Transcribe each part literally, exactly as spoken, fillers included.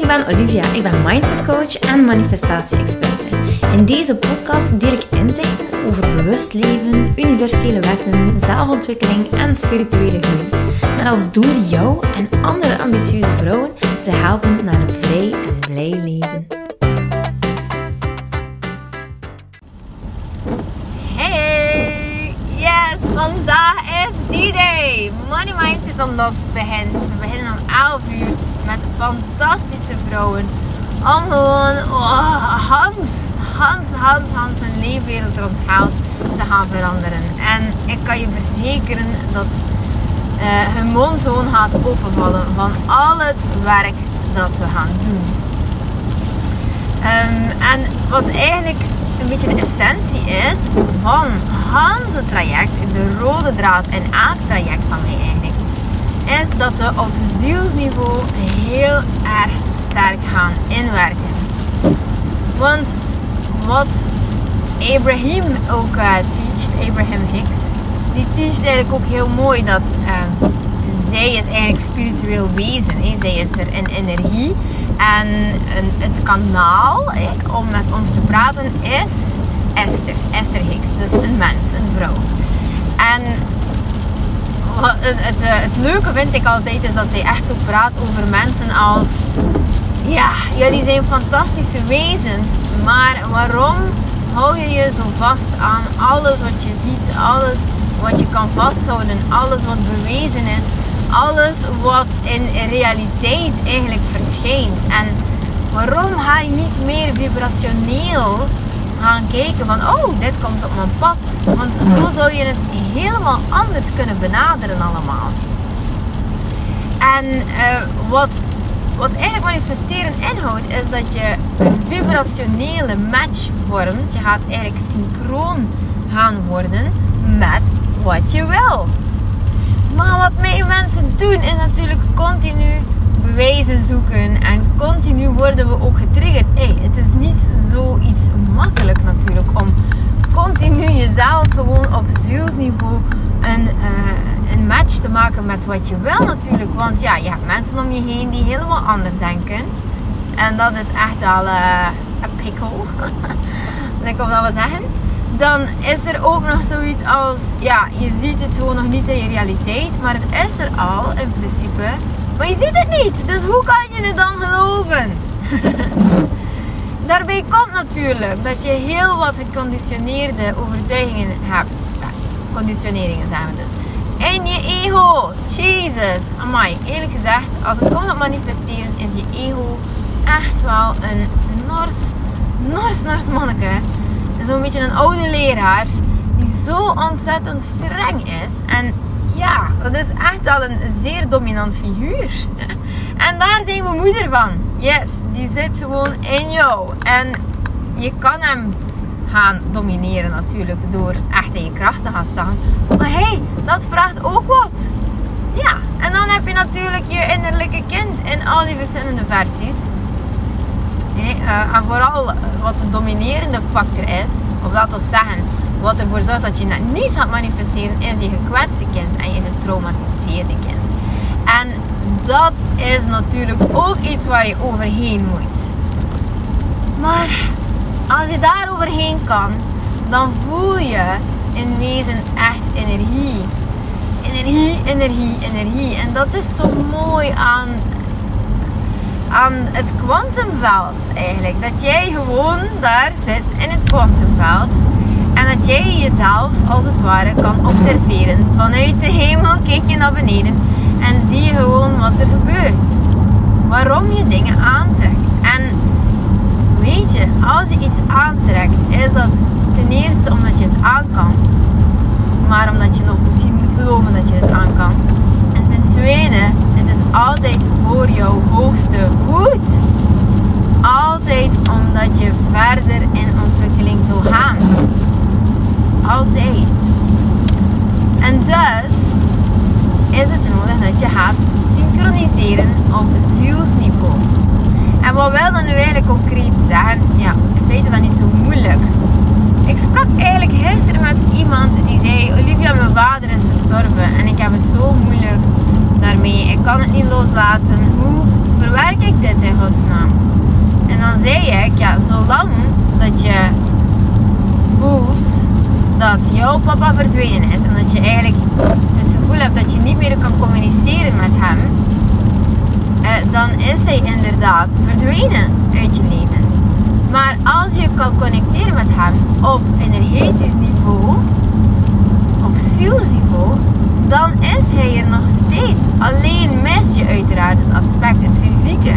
ben Olivia, ik ben mindset coach en manifestatie-experte. In deze podcast deel ik inzichten over bewust leven, universele wetten, zelfontwikkeling en spirituele groei. Met als doel jou en andere ambitieuze vrouwen te helpen naar een vrij en blij leven. Hey! Yes, vandaag is D-Day! Money Mindset Unlocked begint. We beginnen om elf uur met fantastische vrouwen. Om gewoon oh, Hans, Hans, Hans, Hans hun leefwereld rond geld te gaan veranderen. En ik kan je verzekeren dat uh, hun mond gewoon gaat openvallen van al het werk dat we gaan doen. Um, en wat eigenlijk een beetje de essentie is van Hans het traject, de rode draad in elk traject van mij eigenlijk, is dat we op zielsniveau heel erg sterk gaan inwerken. Want wat Abraham ook uh, teacht, Abraham Hicks, die teacht eigenlijk ook heel mooi dat uh, zij is eigenlijk spiritueel wezen. Hè. Zij is er in energie. En een, het kanaal hè, om met ons te praten is Esther. Esther Hicks. Dus een mens, een vrouw. En het, het, het leuke vind ik altijd is dat zij echt zo praat over mensen als... Ja, jullie zijn fantastische wezens. Maar waarom hou je je zo vast aan alles wat je ziet? Alles wat je kan vasthouden. Alles wat bewezen is. Alles wat in realiteit eigenlijk verschijnt. En waarom ga je niet meer vibrationeel gaan kijken van oh, dit komt op mijn pad. Want zo zou je het helemaal anders kunnen benaderen allemaal. En uh, wat, wat eigenlijk manifesteren inhoudt is dat je een vibrationele match vormt. Je gaat eigenlijk synchroon gaan worden met wat je wil. Maar wat wij mensen doen is natuurlijk continu bewijzen zoeken en continu worden we ook getriggerd. Hey, het is niet zoiets makkelijk natuurlijk om continu jezelf gewoon op zielsniveau een, uh, een match te maken met wat je wil natuurlijk. Want ja, je hebt mensen om je heen die helemaal anders denken. En dat is echt wel uh, een pikkel. Like of dat we zeggen. Dan is er ook nog zoiets als, ja, je ziet het gewoon nog niet in je realiteit, maar het is er al in principe, maar je ziet het niet. Dus hoe kan je het dan geloven? Daarbij komt natuurlijk dat je heel wat geconditioneerde overtuigingen hebt. Ja, conditioneringen zijn we dus. En je ego, Jezus, amai, eerlijk gezegd, als het komt op manifesteren, is je ego echt wel een nors, nors, nors manneke. Zo'n beetje een oude leraar die zo ontzettend streng is. En ja, dat is echt wel een zeer dominant figuur. En daar zijn we moeder van. Yes, die zit gewoon in jou. En je kan hem gaan domineren natuurlijk door echt in je kracht te gaan staan. Maar hey, dat vraagt ook wat. Ja, en dan heb je natuurlijk je innerlijke kind in al die verschillende versies. Hey, uh, en vooral wat de dominerende factor is, of laten we zeggen, wat ervoor zorgt dat je dat niet gaat manifesteren, is je gekwetste kind en je getraumatiseerde kind. En dat is natuurlijk ook iets waar je overheen moet. Maar als je daar overheen kan, dan voel je in wezen echt energie. Energie, energie, energie. En dat is zo mooi aan... aan het kwantumveld eigenlijk. Dat jij gewoon daar zit in het kwantumveld. En dat jij jezelf als het ware kan observeren. Vanuit de hemel kijk je naar beneden. En zie je gewoon wat er gebeurt. Waarom je dingen aantrekt. En weet je, als je iets aantrekt, is dat ten eerste omdat je het aan kan. Maar omdat je nog misschien moet geloven dat je het aan kan. En ten tweede, het is altijd voor jouw hoogste goed. Altijd omdat je verder in ontwikkeling zal gaan. Altijd. En dus is het nodig dat je gaat synchroniseren op zielsniveau. En wat wil dat nu eigenlijk concreet zeggen? Ja, in feite is dat niet zo moeilijk. Ik sprak eigenlijk gisteren met iemand die zei: Olivia, mijn vader is gestorven en ik heb het zo moeilijk daarmee. Ik kan het niet loslaten. Hoe verwerk werk ik dit in godsnaam? En dan zei ik, ja, zolang dat je voelt dat jouw papa verdwenen is en dat je eigenlijk het gevoel hebt dat je niet meer kan communiceren met hem, eh, dan is hij inderdaad verdwenen uit je leven. Maar als je kan connecteren met hem op energetisch niveau, op zielsniveau, dan is hij er nog steeds. Alleen mis je uiteraard het aspect, het fysieke.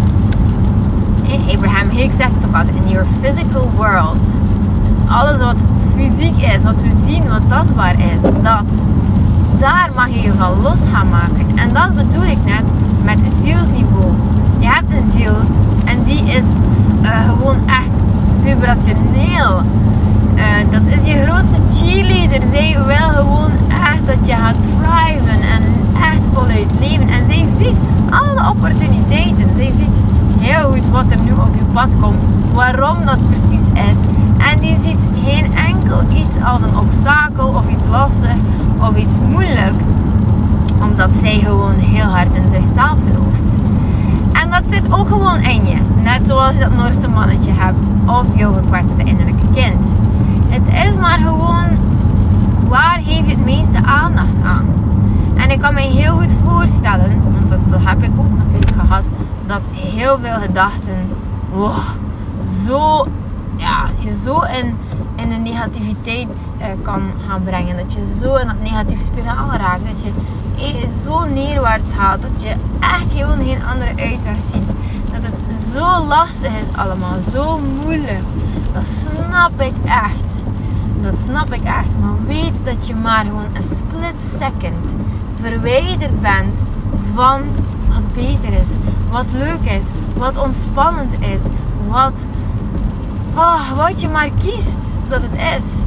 Abraham Hicks zegt het ook altijd, in your physical world. Dus alles wat fysiek is, wat we zien, wat tastbaar is, dat, daar mag je je van los gaan maken. En dat bedoel ik net met het zielsniveau. Je hebt een ziel en die is uh, gewoon echt vibrationeel. Uh, dat is je grootste cheerleader. Zij wil gewoon echt dat je gaat thriven en echt voluit leven. En zij ziet alle opportuniteiten. Zij ziet heel goed wat er nu op je pad komt, waarom dat precies is. En die ziet geen enkel iets als een obstakel of iets lastig of iets moeilijk, omdat zij gewoon heel hard in zichzelf gelooft. En dat zit ook gewoon in je, net zoals je dat Noorse mannetje hebt of jouw gekwetste innerlijke kind. Het is maar gewoon, waar geef je het meeste aandacht aan? En ik kan me heel goed voorstellen, want dat, dat heb ik ook natuurlijk gehad, dat heel veel gedachten wow, zo, ja, je zo in, in de negativiteit eh, kan gaan brengen. Dat je zo in dat negatief spiraal raakt. Dat je eh, zo neerwaarts gaat. Dat je echt gewoon geen andere uitweg ziet. Dat het zo lastig is allemaal. Zo moeilijk. Dat snap ik echt. Dat snap ik echt. Maar weet dat je maar gewoon een split second verwijderd bent van wat beter is, wat leuk is, wat ontspannend is, wat, oh, wat je maar kiest dat het is.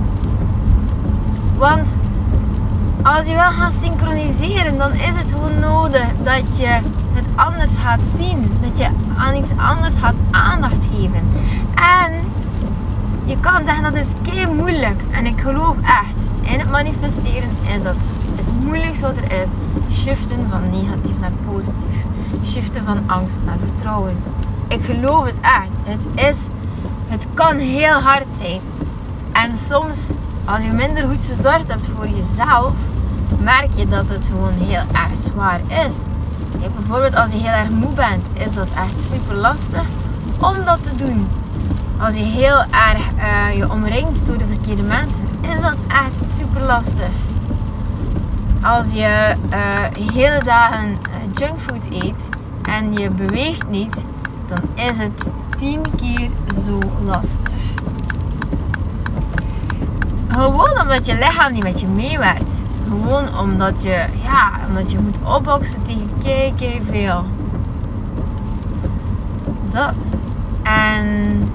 Want als je wil gaan synchroniseren, dan is het gewoon nodig dat je het anders gaat zien, dat je aan iets anders gaat aandacht geven. En je kan zeggen dat is kei moeilijk, en ik geloof echt, in het manifesteren is dat het moeilijkste wat er is, shiften van negatief naar positief. Shiften van angst naar vertrouwen. Ik geloof het echt. Het is, het kan heel hard zijn. En soms, als je minder goed gezorgd hebt voor jezelf, merk je dat het gewoon heel erg zwaar is. Ja, bijvoorbeeld als je heel erg moe bent, is dat echt super lastig om dat te doen. Als je heel erg uh, je omringt door de verkeerde mensen, is dat echt super lastig. Als je uh, hele dagen uh, junkfood eet en je beweegt niet, dan is het tien keer zo lastig. Gewoon omdat je lichaam niet met je meewerkt. Gewoon omdat je, ja, omdat je moet opboksen tegen kei, kei veel. Dat. En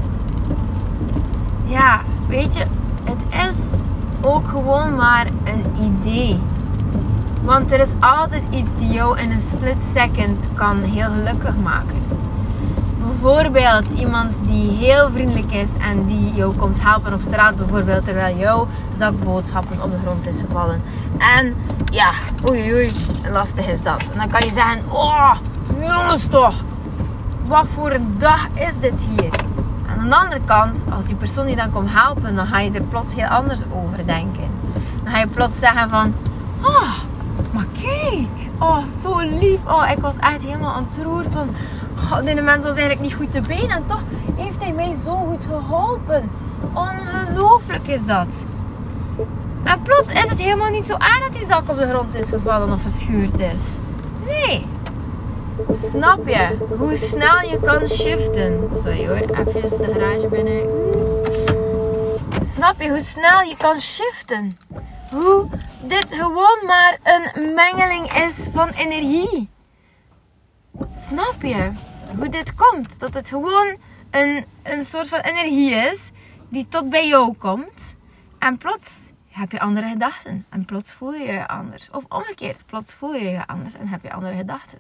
ja, weet je, het is ook gewoon maar een idee. Want er is altijd iets die jou in een split second kan heel gelukkig maken. Bijvoorbeeld iemand die heel vriendelijk is en die jou komt helpen op straat, bijvoorbeeld terwijl jouw zakboodschappen op de grond is gevallen. En ja, oei oei, lastig is dat. En dan kan je zeggen, oh, jongens toch, wat voor een dag is dit hier? En aan de andere kant, als die persoon die dan komt helpen, dan ga je er plots heel anders over denken. Dan ga je plots zeggen van, oh, maar kijk, oh, zo lief. Oh, ik was echt helemaal ontroerd. Want God, deze mens was eigenlijk niet goed te been. En toch heeft hij mij zo goed geholpen. Ongelooflijk is dat. En plots is het helemaal niet zo aan dat die zak op de grond is gevallen of gescheurd is. Nee. Snap je hoe snel je kan shiften? Sorry hoor, even de garage binnen. Snap je hoe snel je kan shiften? Hoe dit gewoon maar een mengeling is van energie. Snap je hoe dit komt? Dat het gewoon een, een soort van energie is die tot bij jou komt. En plots heb je andere gedachten. En plots voel je je anders. Of omgekeerd, plots voel je je anders en heb je andere gedachten.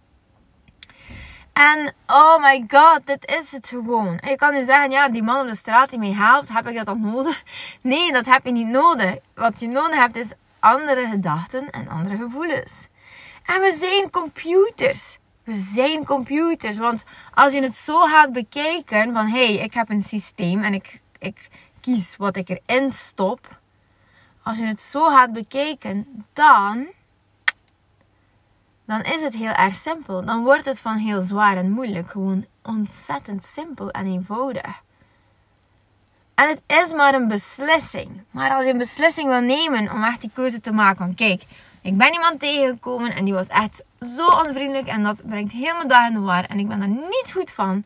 En oh my god, dit is het gewoon. En je kan nu zeggen, ja, die man op de straat die mij helpt, heb ik dat dan nodig? Nee, dat heb je niet nodig. Wat je nodig hebt is andere gedachten en andere gevoelens. En we zijn computers. We zijn computers. Want als je het zo gaat bekijken van hé, hey, ik heb een systeem en ik, ik kies wat ik erin stop. Als je het zo gaat bekijken, dan, dan is het heel erg simpel. Dan wordt het van heel zwaar en moeilijk gewoon ontzettend simpel en eenvoudig. En het is maar een beslissing. Maar als je een beslissing wil nemen om echt die keuze te maken van kijk, ik ben iemand tegengekomen en die was echt zo onvriendelijk en dat brengt heel mijn dag in de war en ik ben daar niet goed van.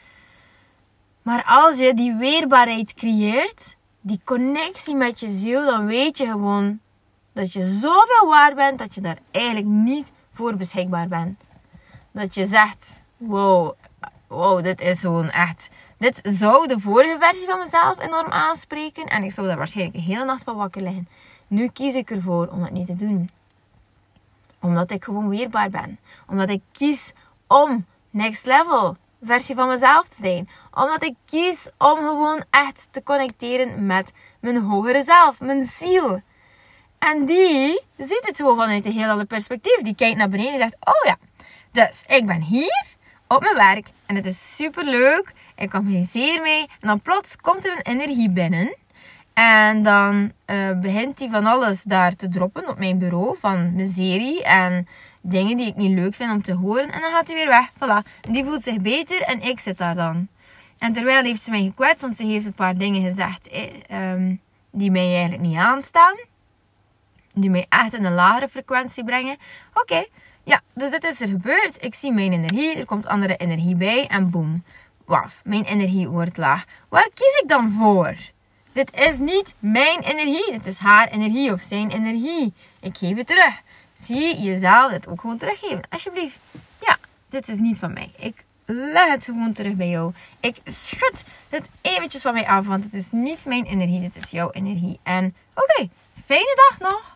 Maar als je die weerbaarheid creëert, die connectie met je ziel, dan weet je gewoon dat je zoveel waard bent dat je daar eigenlijk niet voor beschikbaar bent. Dat je zegt, wow, wow, dit is gewoon echt, dit zou de vorige versie van mezelf enorm aanspreken en ik zou daar waarschijnlijk een hele nacht van wakker liggen. Nu kies ik ervoor om het niet te doen. Omdat ik gewoon weerbaar ben. Omdat ik kies om next level versie van mezelf te zijn. Omdat ik kies om gewoon echt te connecteren met mijn hogere zelf. Mijn ziel. En die ziet het gewoon vanuit een heel ander perspectief. Die kijkt naar beneden en zegt, oh ja. Dus ik ben hier op mijn werk. En het is super leuk. Ik communiceer mee. En dan plots komt er een energie binnen. En dan uh, begint hij van alles daar te droppen op mijn bureau. Van miserie en dingen die ik niet leuk vind om te horen. En dan gaat hij weer weg. Voilà. En die voelt zich beter en ik zit daar dan. En terwijl heeft ze mij gekwetst. Want ze heeft een paar dingen gezegd eh, um, die mij eigenlijk niet aanstaan. Die mij echt in een lagere frequentie brengen. Oké. Okay. Ja, dus dit is er gebeurd. Ik zie mijn energie. Er komt andere energie bij. En boem. Waf. Mijn energie wordt laag. Waar kies ik dan voor? Dit is niet mijn energie. Dit is haar energie of zijn energie. Ik geef het terug. Zie jezelf het ook gewoon teruggeven. Alsjeblieft. Ja, dit is niet van mij. Ik leg het gewoon terug bij jou. Ik schud het eventjes van mij af. Want het is niet mijn energie. Dit is jouw energie. En oké. Okay, fijne dag nog.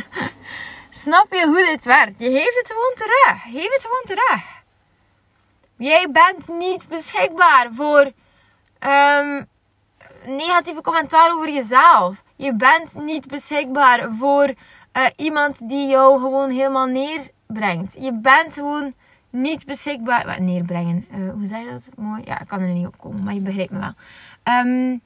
Snap je hoe dit werkt? Je geeft het gewoon terug. Geef het gewoon terug. Jij bent niet beschikbaar voor Um, negatieve commentaar over jezelf. Je bent niet beschikbaar voor uh, iemand die jou gewoon helemaal neerbrengt. Je bent gewoon niet beschikbaar. Neerbrengen. Uh, hoe zeg je dat? Mooi. Ja, ik kan er niet op komen, maar je begrijpt me wel. Um,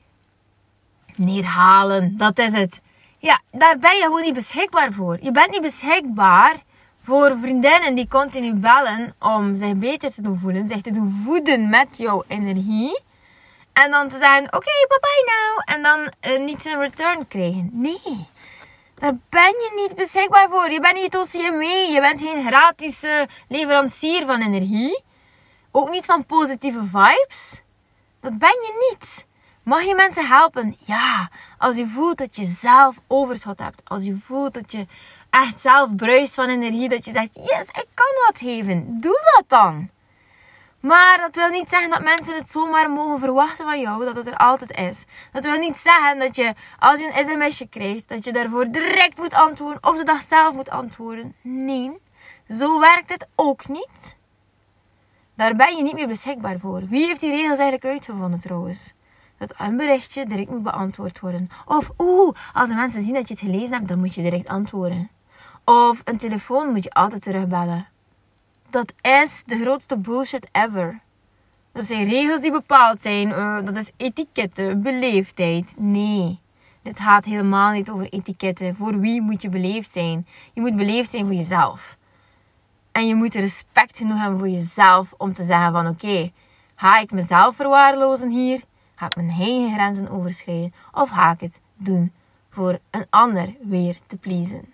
neerhalen, dat is het. Ja, daar ben je gewoon niet beschikbaar voor. Je bent niet beschikbaar voor vriendinnen die continu bellen om zich beter te doen voelen. Zich te doen voeden met jouw energie. En dan te zeggen, oké, okay, bye bye nou. En dan uh, niets in return krijgen. Nee, daar ben je niet beschikbaar voor. Je bent niet O C M W. Je bent geen gratis uh, leverancier van energie. Ook niet van positieve vibes. Dat ben je niet. Mag je mensen helpen? Ja. Als je voelt dat je zelf overschot hebt. Als je voelt dat je echt zelf bruist van energie. Dat je zegt, yes, ik kan wat geven. Doe dat dan. Maar dat wil niet zeggen dat mensen het zomaar mogen verwachten van jou. Dat het er altijd is. Dat wil niet zeggen dat je, als je een sms'je krijgt, dat je daarvoor direct moet antwoorden. Of de dag zelf moet antwoorden. Nee, zo werkt het ook niet. Daar ben je niet meer beschikbaar voor. Wie heeft die regels eigenlijk uitgevonden trouwens? Dat een berichtje direct moet beantwoord worden. Of, oeh, als de mensen zien dat je het gelezen hebt, dan moet je direct antwoorden. Of een telefoon moet je altijd terugbellen. Dat is de grootste bullshit ever. Dat zijn regels die bepaald zijn. Uh, dat is etiketten, beleefdheid. Nee, dit gaat helemaal niet over etiketten. Voor wie moet je beleefd zijn? Je moet beleefd zijn voor jezelf. En je moet respect genoeg hebben voor jezelf om te zeggen van oké, okay, ga ik mezelf verwaarlozen hier? Ga ik mijn eigen grenzen overschrijden? Of ga ik het doen voor een ander weer te pleasen?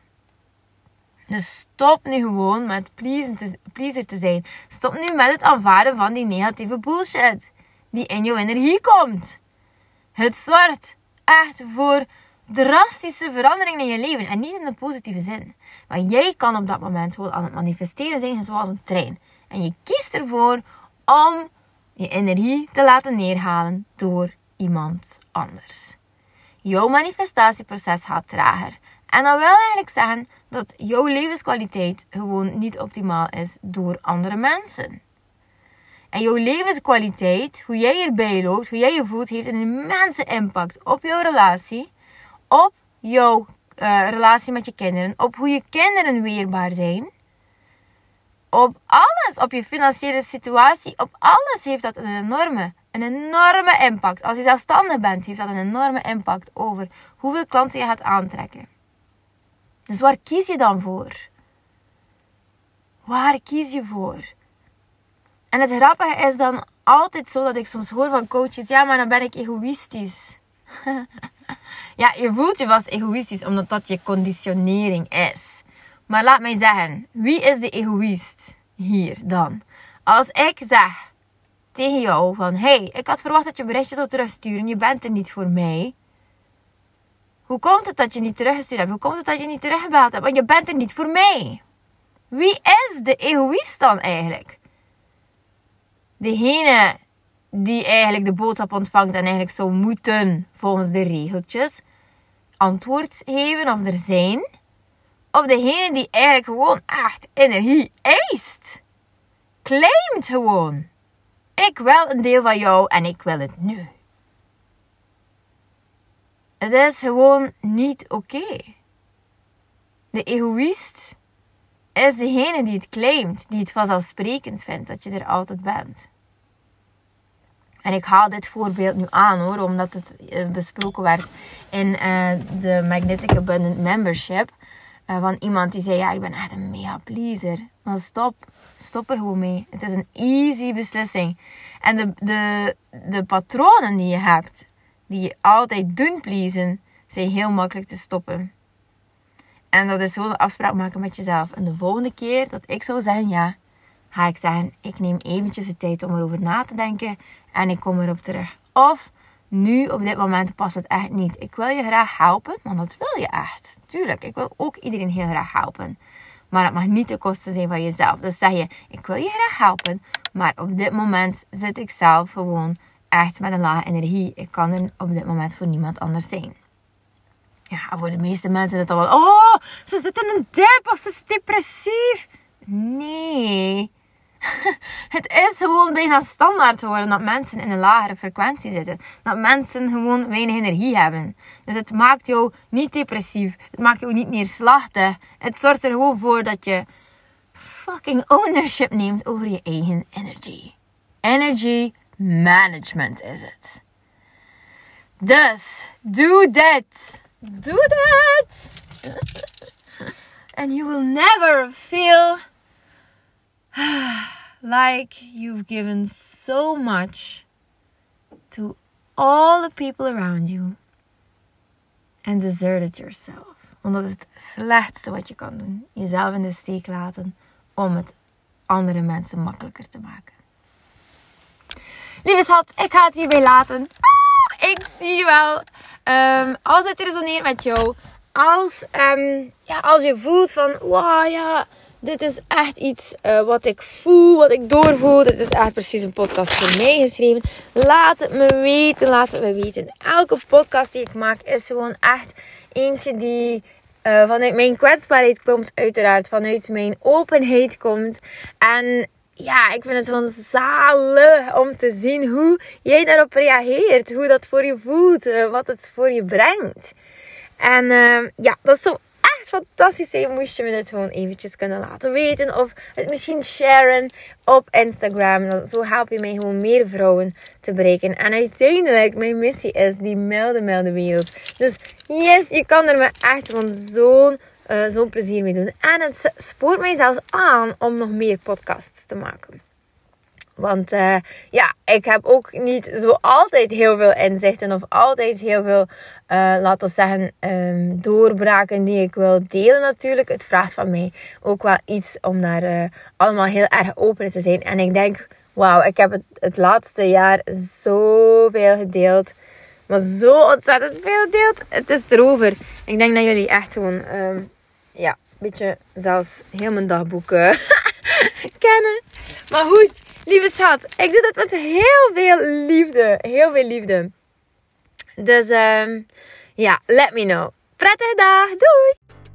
Dus stop nu gewoon met pleaser te zijn. Stop nu met het aanvaarden van die negatieve bullshit die in jouw energie komt. Het zorgt echt voor drastische veranderingen in je leven. En niet in een positieve zin. Maar jij kan op dat moment gewoon aan het manifesteren zijn zoals een trein. En je kiest ervoor om je energie te laten neerhalen door iemand anders. Jouw manifestatieproces gaat trager. En dat wil eigenlijk zeggen dat jouw levenskwaliteit gewoon niet optimaal is door andere mensen. En jouw levenskwaliteit, hoe jij erbij loopt, hoe jij je voelt, heeft een immense impact op jouw relatie, op jouw uh, relatie met je kinderen, op hoe je kinderen weerbaar zijn. Op alles, op je financiële situatie, op alles heeft dat een enorme, een enorme impact. Als je zelfstandig bent, heeft dat een enorme impact over hoeveel klanten je gaat aantrekken. Dus waar kies je dan voor? Waar kies je voor? En het grappige is dan altijd zo dat ik soms hoor van coaches, ja, maar dan ben ik egoïstisch. Ja, je voelt je vast egoïstisch omdat dat je conditionering is. Maar laat mij zeggen, wie is de egoïst hier dan? Als ik zeg tegen jou van, hey, ik had verwacht dat je een berichtje zou terugsturen, je bent er niet voor mij. Hoe komt het dat je niet teruggestuurd hebt? Hoe komt het dat je niet teruggebeld hebt? Want je bent er niet voor mij. Wie is de egoïst dan eigenlijk? Degene die eigenlijk de boodschap ontvangt en eigenlijk zou moeten, volgens de regeltjes, antwoord geven of er zijn. Of degene die eigenlijk gewoon echt energie eist. Claimt gewoon. Ik wil een deel van jou en ik wil het nu. Het is gewoon niet oké. Okay. De egoïst is degene die het claimt, die het vanzelfsprekend vindt dat je er altijd bent. En ik haal dit voorbeeld nu aan hoor, omdat het besproken werd in uh, de Magnetic Abundant Membership. Uh, van iemand die zei, ja, ik ben echt een mega pleaser. Maar stop, stop er gewoon mee. Het is een easy beslissing. En de, de, de patronen die je hebt, die je altijd doen pleasen, zijn heel makkelijk te stoppen. En dat is gewoon een afspraak maken met jezelf. En de volgende keer dat ik zou zeggen, ja, ga ik zeggen, ik neem eventjes de tijd om erover na te denken en ik kom erop terug. Of, nu op dit moment past het echt niet. Ik wil je graag helpen, want dat wil je echt. Tuurlijk, ik wil ook iedereen heel graag helpen. Maar het mag niet ten koste zijn van jezelf. Dus zeg je, ik wil je graag helpen, maar op dit moment zit ik zelf gewoon echt met een lage energie. Ik kan er op dit moment voor niemand anders zijn. Ja, voor de meeste mensen is het dan wel, oh, ze zit in een dip of ze is depressief. Nee. Het is gewoon bijna standaard geworden dat mensen in een lagere frequentie zitten. Dat mensen gewoon weinig energie hebben. Dus het maakt jou niet depressief. Het maakt jou niet neerslachtig. Het zorgt er gewoon voor dat je fucking ownership neemt over je eigen energy. Energy management is het. Dus, doe dit. Doe dit. And you will never feel like you've given so much to all the people around you and deserted yourself. Want dat is het slechtste wat je kan doen. Jezelf in de steek laten om het andere mensen makkelijker te maken. Lieve schat, ik ga het hierbij laten. Ah, ik zie wel. Um, als het resoneert met jou. Als, um, ja, als je voelt van, wow ja, dit is echt iets uh, wat ik voel, wat ik doorvoel. Dit is echt precies een podcast voor mij geschreven. Laat het me weten, laat het me weten. Elke podcast die ik maak is gewoon echt eentje die uh, vanuit mijn kwetsbaarheid komt. Uiteraard vanuit mijn openheid komt. En ja, ik vind het gewoon zalig om te zien hoe jij daarop reageert. Hoe dat voor je voelt. Uh, wat het voor je brengt. En uh, ja, dat is zo echt fantastisch zijn. Moest je me dit gewoon eventjes kunnen laten weten. Of het misschien sharen op Instagram. Zo help je mij gewoon meer vrouwen te bereiken. En uiteindelijk, mijn missie is die milde, milde wereld. Dus yes, je kan er me echt gewoon zo'n Uh, zo'n plezier mee doen. En het spoort mij zelfs aan om nog meer podcasts te maken. Want uh, ja, ik heb ook niet zo altijd heel veel inzichten of altijd heel veel, uh, laten we zeggen, um, doorbraken die ik wil delen natuurlijk. Het vraagt van mij ook wel iets om daar uh, allemaal heel erg open te zijn. En ik denk, wauw, ik heb het, het laatste jaar zoveel gedeeld. Maar zo ontzettend veel gedeeld. Het is erover. Ik denk dat jullie echt gewoon, um, ja, een beetje zelfs heel mijn dagboek uh, kennen. Maar goed, lieve schat, ik doe dat met heel veel liefde. Heel veel liefde. Dus, um, ja, let me know. Prettige dag. Doei!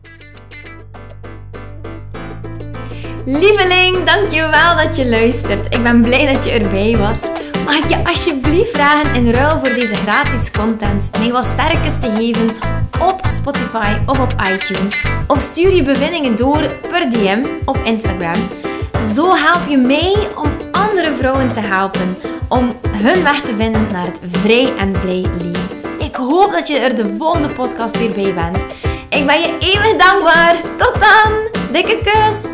Lieveling, dankjewel dat je luistert. Ik ben blij dat je erbij was. Mag ik je alsjeblieft vragen in ruil voor deze gratis content mij wat sterkes te geven op Spotify of op iTunes. Of stuur je bevindingen door per D M op Instagram. Zo help je mij om andere vrouwen te helpen om hun weg te vinden naar het vrij en blij leven. Ik hoop dat je er de volgende podcast weer bij bent. Ik ben je eeuwig dankbaar. Tot dan. Dikke kus.